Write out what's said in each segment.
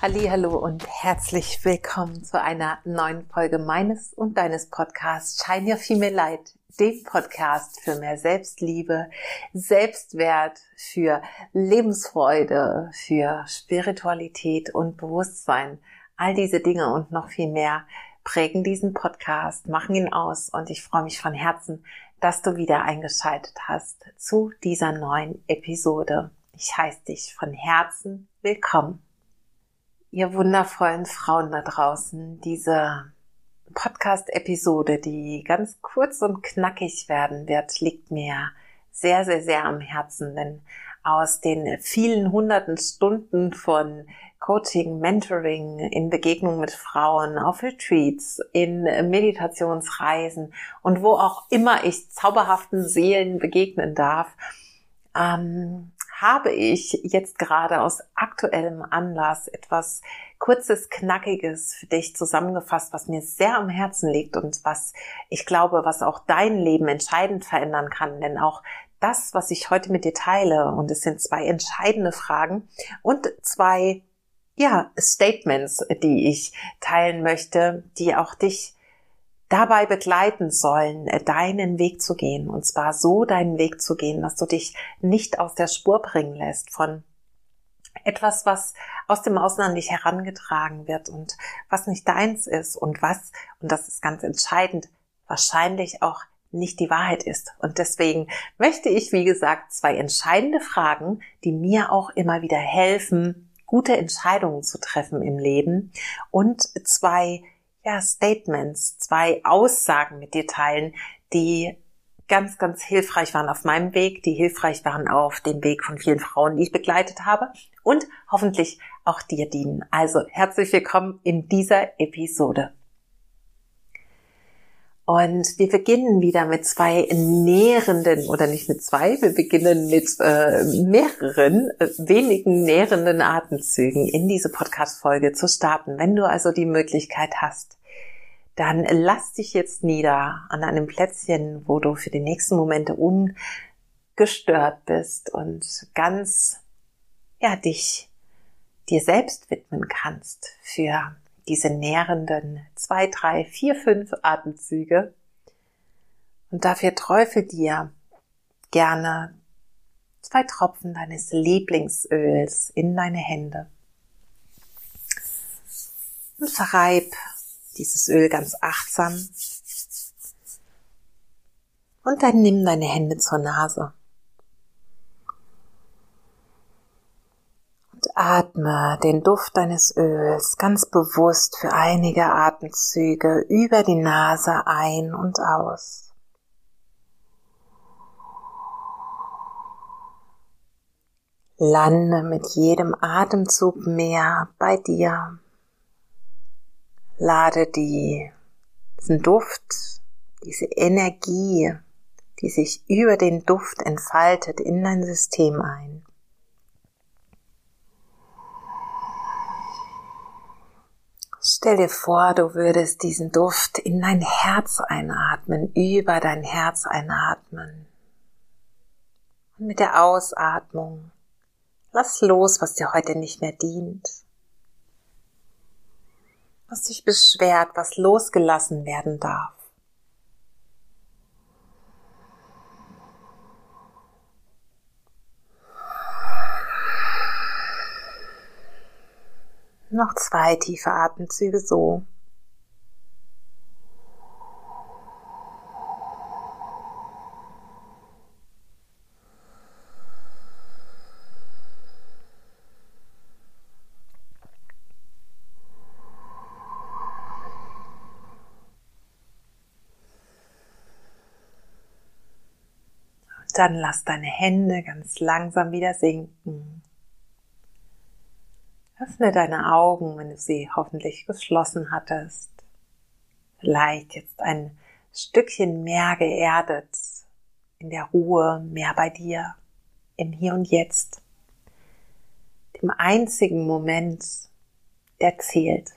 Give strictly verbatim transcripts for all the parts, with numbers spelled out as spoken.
Hallihallo und herzlich willkommen zu einer neuen Folge meines und deines Podcasts Shine Your Female Light, dem Podcast für mehr Selbstliebe, Selbstwert, für Lebensfreude, für Spiritualität und Bewusstsein. All diese Dinge und noch viel mehr prägen diesen Podcast, machen ihn aus und ich freue mich von Herzen, dass du wieder eingeschaltet hast zu dieser neuen Episode. Ich heiße dich von Herzen willkommen. Ihr wundervollen Frauen da draußen, diese Podcast-Episode, die ganz kurz und knackig werden wird, liegt mir sehr, sehr, sehr am Herzen, denn aus den vielen hunderten Stunden von Coaching, Mentoring, in Begegnung mit Frauen, auf Retreats, in Meditationsreisen und wo auch immer ich zauberhaften Seelen begegnen darf, ähm, habe ich jetzt gerade aus aktuellem Anlass etwas Kurzes, Knackiges für dich zusammengefasst, was mir sehr am Herzen liegt und was ich glaube, was auch dein Leben entscheidend verändern kann. Denn auch das, was ich heute mit dir teile, und es sind zwei entscheidende Fragen und zwei ja, Statements, die ich teilen möchte, die auch dich dabei begleiten sollen, deinen Weg zu gehen. Und zwar so deinen Weg zu gehen, dass du dich nicht aus der Spur bringen lässt von etwas, was aus dem Außen an dich herangetragen wird und was nicht deins ist und was, und das ist ganz entscheidend, wahrscheinlich auch nicht die Wahrheit ist. Und deswegen möchte ich, wie gesagt, zwei entscheidende Fragen, die mir auch immer wieder helfen, gute Entscheidungen zu treffen im Leben, und zwei ja, Statements, zwei Aussagen mit dir teilen, die ganz, ganz hilfreich waren auf meinem Weg, die hilfreich waren auf dem Weg von vielen Frauen, die ich begleitet habe und hoffentlich auch dir dienen. Also herzlich willkommen in dieser Episode. Und wir beginnen wieder mit zwei nährenden, oder nicht mit zwei, wir beginnen mit äh, mehreren, äh, wenigen nährenden Atemzügen in diese Podcast-Folge zu starten. Wenn du also die Möglichkeit hast, dann lass dich jetzt nieder an einem Plätzchen, wo du für die nächsten Momente ungestört bist und ganz, ja, dich dir selbst widmen kannst für diese nährenden zwei, drei, vier, fünf Atemzüge. Und dafür träufel dir gerne zwei Tropfen deines Lieblingsöls in deine Hände. Und verreib dieses Öl ganz achtsam. Und dann nimm deine Hände zur Nase. Atme den Duft deines Öls ganz bewusst für einige Atemzüge über die Nase ein und aus. Lande mit jedem Atemzug mehr bei dir. Lade die, diesen Duft, diese Energie, die sich über den Duft entfaltet, in dein System ein. Stell dir vor, du würdest diesen Duft in dein Herz einatmen, über dein Herz einatmen. Und mit der Ausatmung lass los, was dir heute nicht mehr dient, was dich beschwert, was losgelassen werden darf. Noch zwei tiefe Atemzüge so. Und dann lass deine Hände ganz langsam wieder sinken. Öffne deine Augen, wenn du sie hoffentlich geschlossen hattest. Vielleicht jetzt ein Stückchen mehr geerdet, in der Ruhe, mehr bei dir, im Hier und Jetzt, dem einzigen Moment, der zählt.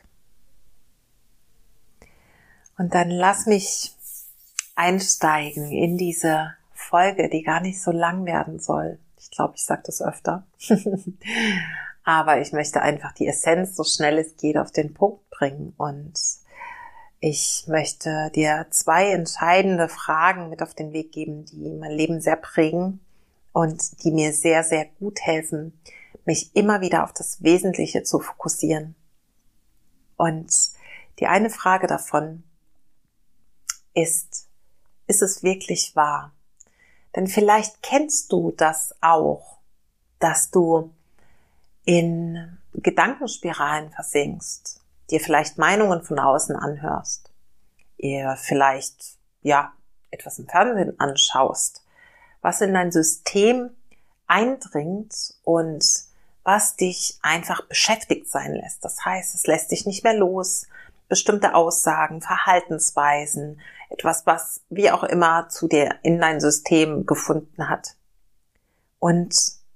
Und dann lass mich einsteigen in diese Folge, die gar nicht so lang werden soll. Ich glaube, ich sage das öfter. aber ich möchte einfach die Essenz so schnell es geht auf den Punkt bringen. Und ich möchte dir zwei entscheidende Fragen mit auf den Weg geben, die mein Leben sehr prägen und die mir sehr, sehr gut helfen, mich immer wieder auf das Wesentliche zu fokussieren. Und die eine Frage davon ist, ist es wirklich wahr? Denn vielleicht kennst du das auch, dass du in Gedankenspiralen versinkst, dir vielleicht Meinungen von außen anhörst, ihr vielleicht, ja, etwas im Fernsehen anschaust, was in dein System eindringt und was dich einfach beschäftigt sein lässt. Das heißt, es lässt dich nicht mehr los, bestimmte Aussagen, Verhaltensweisen, etwas, was wie auch immer zu dir in dein System gefunden hat. Und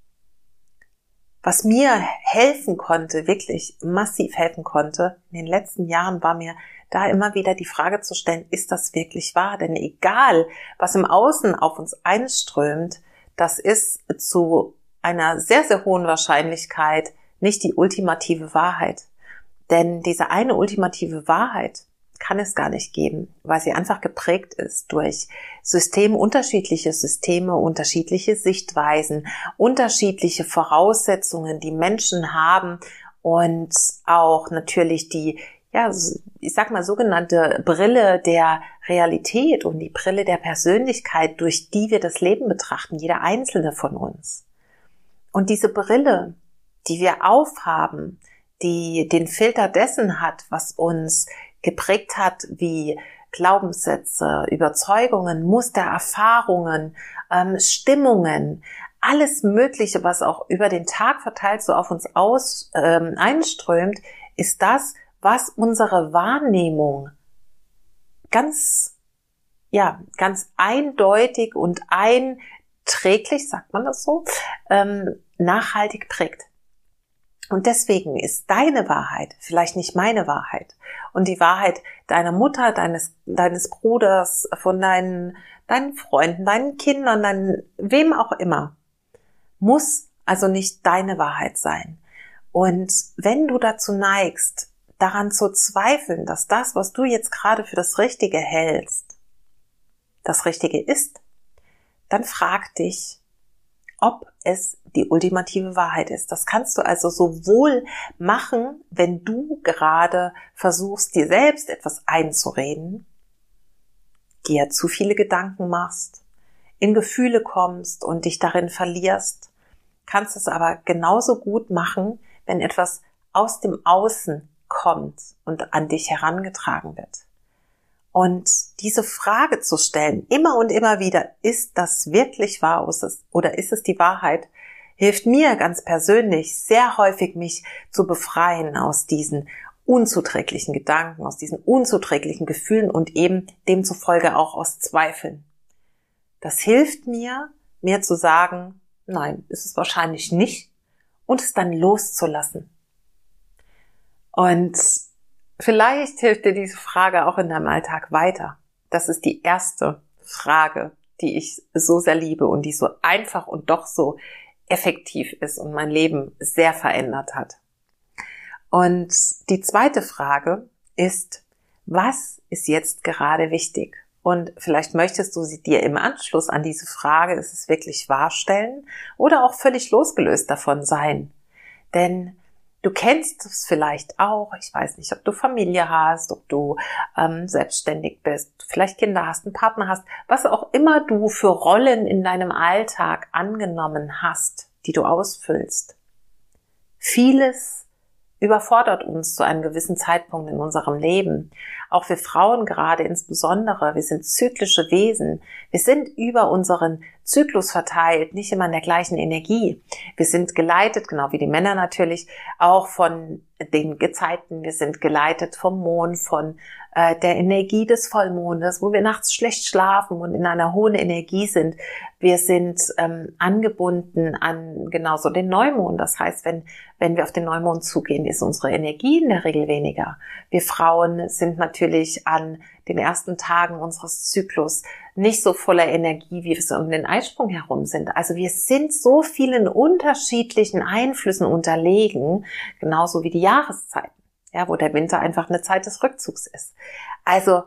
was mir helfen konnte, wirklich massiv helfen konnte, in den letzten Jahren war mir da immer wieder die Frage zu stellen, ist das wirklich wahr? Denn egal, was im Außen auf uns einströmt, das ist zu einer sehr, sehr hohen Wahrscheinlichkeit nicht die ultimative Wahrheit. Denn diese eine ultimative Wahrheit kann es gar nicht geben, weil sie einfach geprägt ist durch Systeme, unterschiedliche Systeme, unterschiedliche Sichtweisen, unterschiedliche Voraussetzungen, die Menschen haben und auch natürlich die, ja, ich sag mal, sogenannte Brille der Realität und die Brille der Persönlichkeit, durch die wir das Leben betrachten, jeder einzelne von uns. Und diese Brille, die wir aufhaben, die den Filter dessen hat, was uns geprägt hat, wie Glaubenssätze, Überzeugungen, Muster, Erfahrungen, ähm, Stimmungen, alles Mögliche, was auch über den Tag verteilt so auf uns aus ähm, einströmt, ist das, was unsere Wahrnehmung ganz, ja, ganz eindeutig und einträglich, sagt man das so, ähm, nachhaltig prägt. Und deswegen ist deine Wahrheit vielleicht nicht meine Wahrheit. Und die Wahrheit deiner Mutter, deines, deines Bruders, von deinen, deinen Freunden, deinen Kindern, deinen, wem auch immer, muss also nicht deine Wahrheit sein. Und wenn du dazu neigst, daran zu zweifeln, dass das, was du jetzt gerade für das Richtige hältst, das Richtige ist, dann frag dich, ob es die ultimative Wahrheit ist. Das kannst du also sowohl machen, wenn du gerade versuchst, dir selbst etwas einzureden, dir zu viele Gedanken machst, in Gefühle kommst und dich darin verlierst, kannst es aber genauso gut machen, wenn etwas aus dem Außen kommt und an dich herangetragen wird. Und diese Frage zu stellen, immer und immer wieder, ist das wirklich wahr oder ist es die Wahrheit, hilft mir ganz persönlich sehr häufig, mich zu befreien aus diesen unzuträglichen Gedanken, aus diesen unzuträglichen Gefühlen und eben demzufolge auch aus Zweifeln. Das hilft mir, mir zu sagen, nein, ist es wahrscheinlich nicht, und es dann loszulassen. Und vielleicht hilft dir diese Frage auch in deinem Alltag weiter. Das ist die erste Frage, die ich so sehr liebe und die so einfach und doch so effektiv ist und mein Leben sehr verändert hat. Und die zweite Frage ist, was ist jetzt gerade wichtig? Und vielleicht möchtest du sie dir im Anschluss an diese Frage, ist es wirklich wahr, stellen oder auch völlig losgelöst davon sein. Denn du kennst es vielleicht auch, ich weiß nicht, ob du Familie hast, ob du ähm, selbstständig bist, vielleicht Kinder hast, einen Partner hast, was auch immer du für Rollen in deinem Alltag angenommen hast, die du ausfüllst. Vieles überfordert uns zu einem gewissen Zeitpunkt in unserem Leben. Auch wir Frauen gerade insbesondere, wir sind zyklische Wesen. Wir sind über unseren Zyklus verteilt, nicht immer in der gleichen Energie. Wir sind geleitet, genau wie die Männer natürlich, auch von den Gezeiten. Wir sind geleitet vom Mond, von äh, der Energie des Vollmondes, wo wir nachts schlecht schlafen und in einer hohen Energie sind. Wir sind ähm, angebunden an genauso den Neumond. Das heißt, wenn wenn wir auf den Neumond zugehen, ist unsere Energie in der Regel weniger. Wir Frauen sind natürlich an den ersten Tagen unseres Zyklus nicht so voller Energie, wie wir so um den Eisprung herum sind. Also wir sind so vielen unterschiedlichen Einflüssen unterlegen, genauso wie die Jahreszeiten, ja, wo der Winter einfach eine Zeit des Rückzugs ist. Also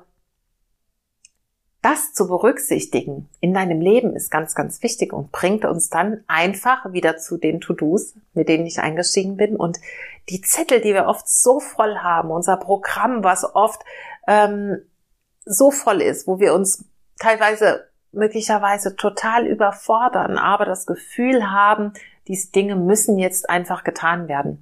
das zu berücksichtigen in deinem Leben ist ganz, ganz wichtig und bringt uns dann einfach wieder zu den To-Dos, mit denen ich eingestiegen bin. Und die Zettel, die wir oft so voll haben, unser Programm, was oft ähm, so voll ist, wo wir uns teilweise möglicherweise total überfordern, aber das Gefühl haben, diese Dinge müssen jetzt einfach getan werden.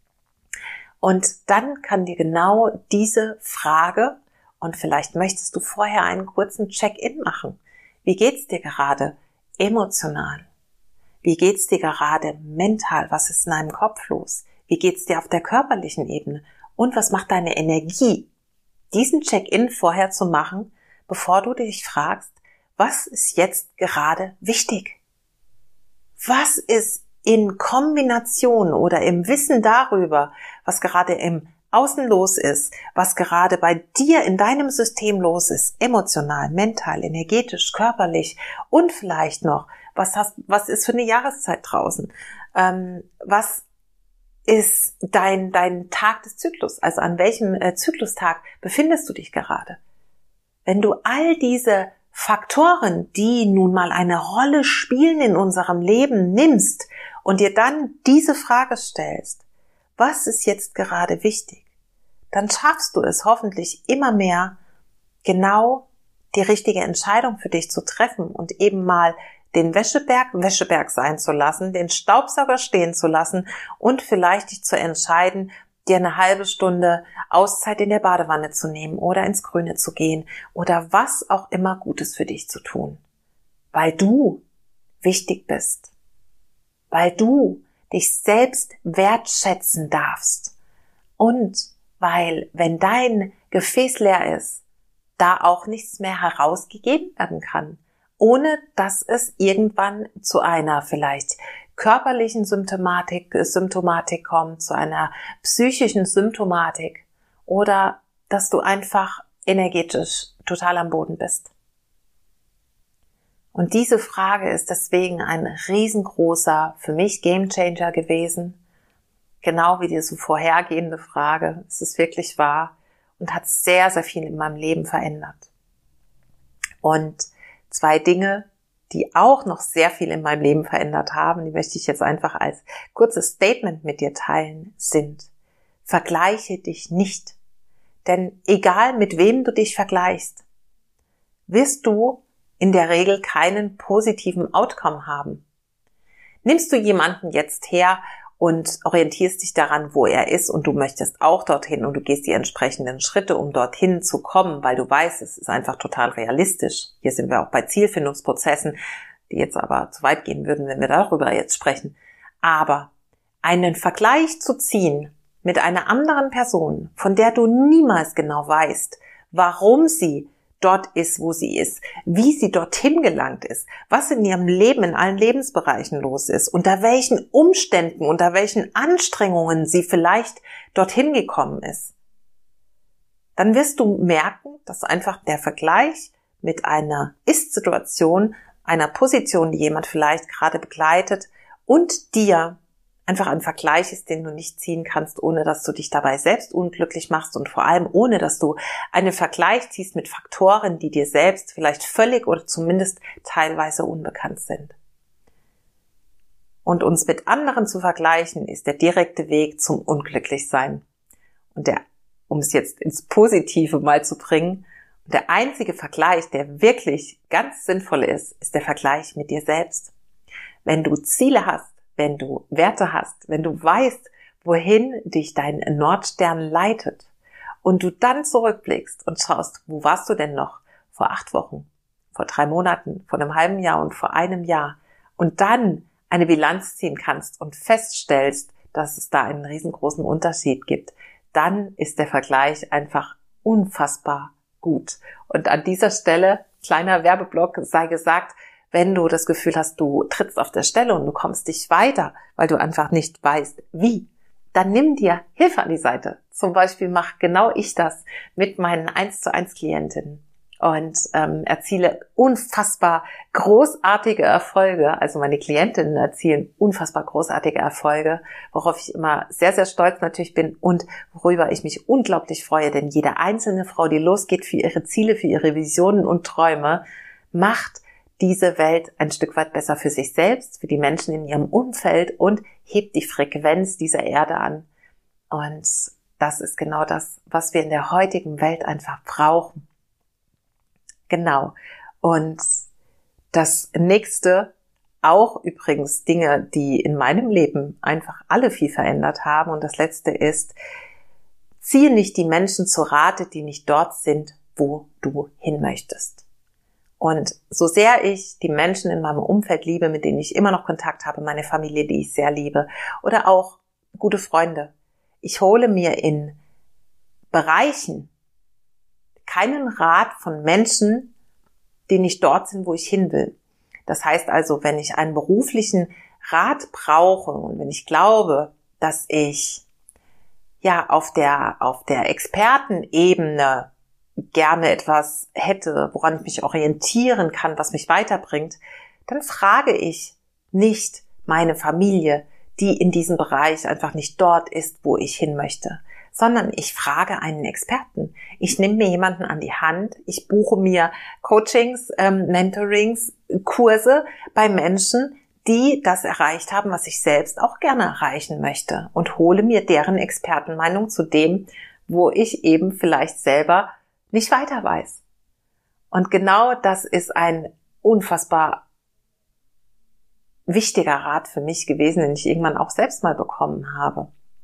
Und dann kann dir genau diese Frage, und vielleicht möchtest du vorher einen kurzen Check-in machen. Wie geht's dir gerade emotional? Wie geht's dir gerade mental? Was ist in deinem Kopf los? Wie geht's dir auf der körperlichen Ebene? Und was macht deine Energie? Diesen Check-in vorher zu machen, bevor du dich fragst, was ist jetzt gerade wichtig? Was ist in Kombination oder im Wissen darüber, was gerade im Außen los ist, was gerade bei dir in deinem System los ist, emotional, mental, energetisch, körperlich und vielleicht noch, was hast, was ist für eine Jahreszeit draußen? Ähm, was ist dein, dein Tag des Zyklus? Also an welchem äh, Zyklustag befindest du dich gerade? Wenn du all diese Faktoren, die nun mal eine Rolle spielen in unserem Leben, nimmst und dir dann diese Frage stellst, was ist jetzt gerade wichtig? Dann schaffst du es hoffentlich immer mehr, genau die richtige Entscheidung für dich zu treffen und eben mal den Wäscheberg Wäscheberg sein zu lassen, den Staubsauger stehen zu lassen und vielleicht dich zu entscheiden, dir eine halbe Stunde Auszeit in der Badewanne zu nehmen oder ins Grüne zu gehen oder was auch immer Gutes für dich zu tun. Weil du wichtig bist. Weil du dich selbst wertschätzen darfst. Und weil, wenn dein Gefäß leer ist, da auch nichts mehr herausgegeben werden kann, ohne dass es irgendwann zu einer vielleicht körperlichen Symptomatik, Symptomatik kommt, zu einer psychischen Symptomatik oder dass du einfach energetisch total am Boden bist. Und diese Frage ist deswegen ein riesengroßer, für mich Gamechanger gewesen, genau wie diese vorhergehende Frage. Es ist wirklich wahr und hat sehr, sehr viel in meinem Leben verändert. Und zwei Dinge, die auch noch sehr viel in meinem Leben verändert haben, die möchte ich jetzt einfach als kurzes Statement mit dir teilen, sind: Vergleiche dich nicht. Denn egal mit wem du dich vergleichst, wirst du in der Regel keinen positiven Outcome haben. Nimmst du jemanden jetzt her und orientierst dich daran, wo er ist und du möchtest auch dorthin und du gehst die entsprechenden Schritte, um dorthin zu kommen, weil du weißt, es ist einfach total realistisch. Hier sind wir auch bei Zielfindungsprozessen, die jetzt aber zu weit gehen würden, wenn wir darüber jetzt sprechen. Aber einen Vergleich zu ziehen mit einer anderen Person, von der du niemals genau weißt, warum sie dort ist, wo sie ist, wie sie dorthin gelangt ist, was in ihrem Leben, in allen Lebensbereichen los ist, unter welchen Umständen, unter welchen Anstrengungen sie vielleicht dorthin gekommen ist, dann wirst du merken, dass einfach der Vergleich mit einer Ist-Situation, einer Position, die jemand vielleicht gerade begleitet und dir einfach ein Vergleich ist, den du nicht ziehen kannst, ohne dass du dich dabei selbst unglücklich machst und vor allem ohne, dass du einen Vergleich ziehst mit Faktoren, die dir selbst vielleicht völlig oder zumindest teilweise unbekannt sind. Und uns mit anderen zu vergleichen, ist der direkte Weg zum Unglücklichsein. Und der, um es jetzt ins Positive mal zu bringen, der einzige Vergleich, der wirklich ganz sinnvoll ist, ist der Vergleich mit dir selbst. Wenn du Ziele hast, wenn du Werte hast, wenn du weißt, wohin dich dein Nordstern leitet und du dann zurückblickst und schaust, wo warst du denn noch vor acht Wochen, vor drei Monaten, vor einem halben Jahr und vor einem Jahr und dann eine Bilanz ziehen kannst und feststellst, dass es da einen riesengroßen Unterschied gibt, dann ist der Vergleich einfach unfassbar gut. Und an dieser Stelle, kleiner Werbeblock, sei gesagt, wenn du das Gefühl hast, du trittst auf der Stelle und du kommst nicht weiter, weil du einfach nicht weißt, wie, dann nimm dir Hilfe an die Seite. Zum Beispiel mache genau ich das mit meinen eins zu eins Klientinnen und ähm, erziele unfassbar großartige Erfolge. Also meine Klientinnen erzielen unfassbar großartige Erfolge, worauf ich immer sehr, sehr stolz natürlich bin und worüber ich mich unglaublich freue. Denn jede einzelne Frau, die losgeht für ihre Ziele, für ihre Visionen und Träume, macht diese Welt ein Stück weit besser für sich selbst, für die Menschen in ihrem Umfeld und hebt die Frequenz dieser Erde an. Und das ist genau das, was wir in der heutigen Welt einfach brauchen. Genau. Und das nächste, auch übrigens Dinge, die in meinem Leben einfach alle viel verändert haben. Und das letzte ist, ziehe nicht die Menschen zu Rate, die nicht dort sind, wo du hin möchtest. Und so sehr ich die Menschen in meinem Umfeld liebe, mit denen ich immer noch Kontakt habe, meine Familie, die ich sehr liebe, oder auch gute Freunde, ich hole mir in Bereichen keinen Rat von Menschen, die nicht dort sind, wo ich hin will. Das heißt also, wenn ich einen beruflichen Rat brauche und wenn ich glaube, dass ich ja auf der auf der Expertenebene gerne etwas hätte, woran ich mich orientieren kann, was mich weiterbringt, dann frage ich nicht meine Familie, die in diesem Bereich einfach nicht dort ist, wo ich hin möchte, sondern ich frage einen Experten. Ich nehme mir jemanden an die Hand, ich buche mir Coachings, ähm, Mentorings, Kurse bei Menschen, die das erreicht haben, was ich selbst auch gerne erreichen möchte und hole mir deren Expertenmeinung zu dem, wo ich eben vielleicht selber nicht weiter weiß. Und genau das ist ein unfassbar wichtiger Rat für mich gewesen, den ich irgendwann auch selbst mal bekommen habe.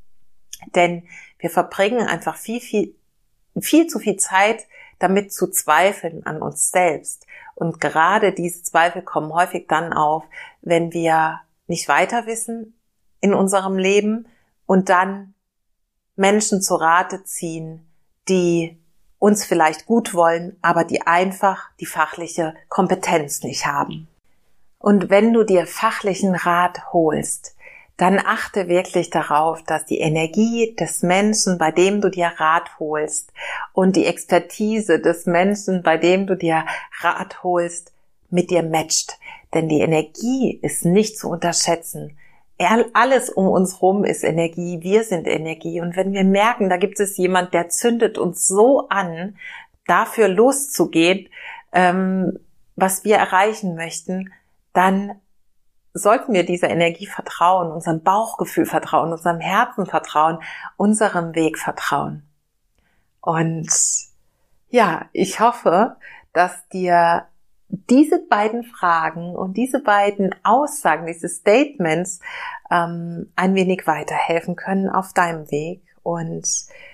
Denn wir verbringen einfach viel, viel, viel zu viel Zeit damit zu zweifeln an uns selbst. Und gerade diese Zweifel kommen häufig dann auf, wenn wir nicht weiter wissen in unserem Leben und dann Menschen zu Rate ziehen, die uns vielleicht gut wollen, aber die einfach die fachliche Kompetenz nicht haben. Und wenn du dir fachlichen Rat holst, dann achte wirklich darauf, dass die Energie des Menschen, bei dem du dir Rat holst, und die Expertise des Menschen, bei dem du dir Rat holst, mit dir matcht. Denn die Energie ist nicht zu unterschätzen. Alles um uns rum ist Energie, wir sind Energie. Und wenn wir merken, da gibt es jemand, der zündet uns so an, dafür loszugehen, ähm, was wir erreichen möchten, dann sollten wir dieser Energie vertrauen, unserem Bauchgefühl vertrauen, unserem Herzen vertrauen, unserem Weg vertrauen. Und ja, ich hoffe, dass dir diese beiden Fragen und diese beiden Aussagen, diese Statements ähm, ein wenig weiterhelfen können auf deinem Weg und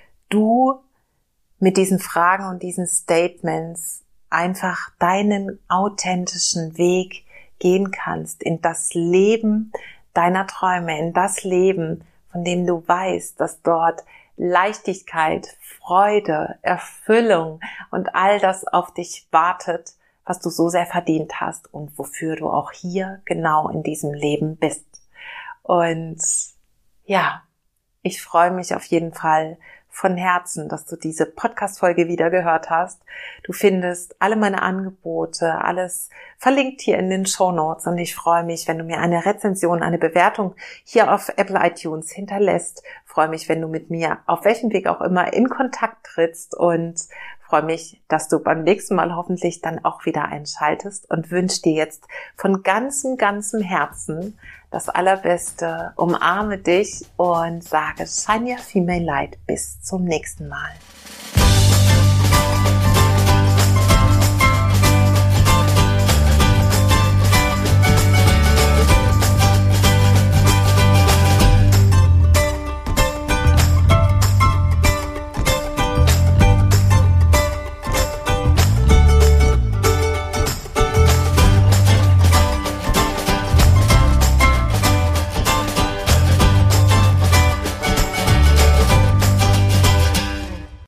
du mit diesen Fragen und diesen Statements einfach deinen authentischen Weg gehen kannst in das Leben deiner Träume, in das Leben, von dem du weißt, dass dort Leichtigkeit, Freude, Erfüllung und all das auf dich wartet, was du so sehr verdient hast und wofür du auch hier genau in diesem Leben bist. Und ja, ich freue mich auf jeden Fall von Herzen, dass du diese Podcast-Folge wieder gehört hast. Du findest alle meine Angebote, alles verlinkt hier in den Shownotes und ich freue mich, wenn du mir eine Rezension, eine Bewertung hier auf Apple iTunes hinterlässt. Ich freue mich, wenn du mit mir auf welchem Weg auch immer in Kontakt trittst und freue mich, dass du beim nächsten Mal hoffentlich dann auch wieder einschaltest und wünsche dir jetzt von ganzem, ganzem Herzen das Allerbeste. Umarme dich und sage Shine Your Female Light. Bis zum nächsten Mal.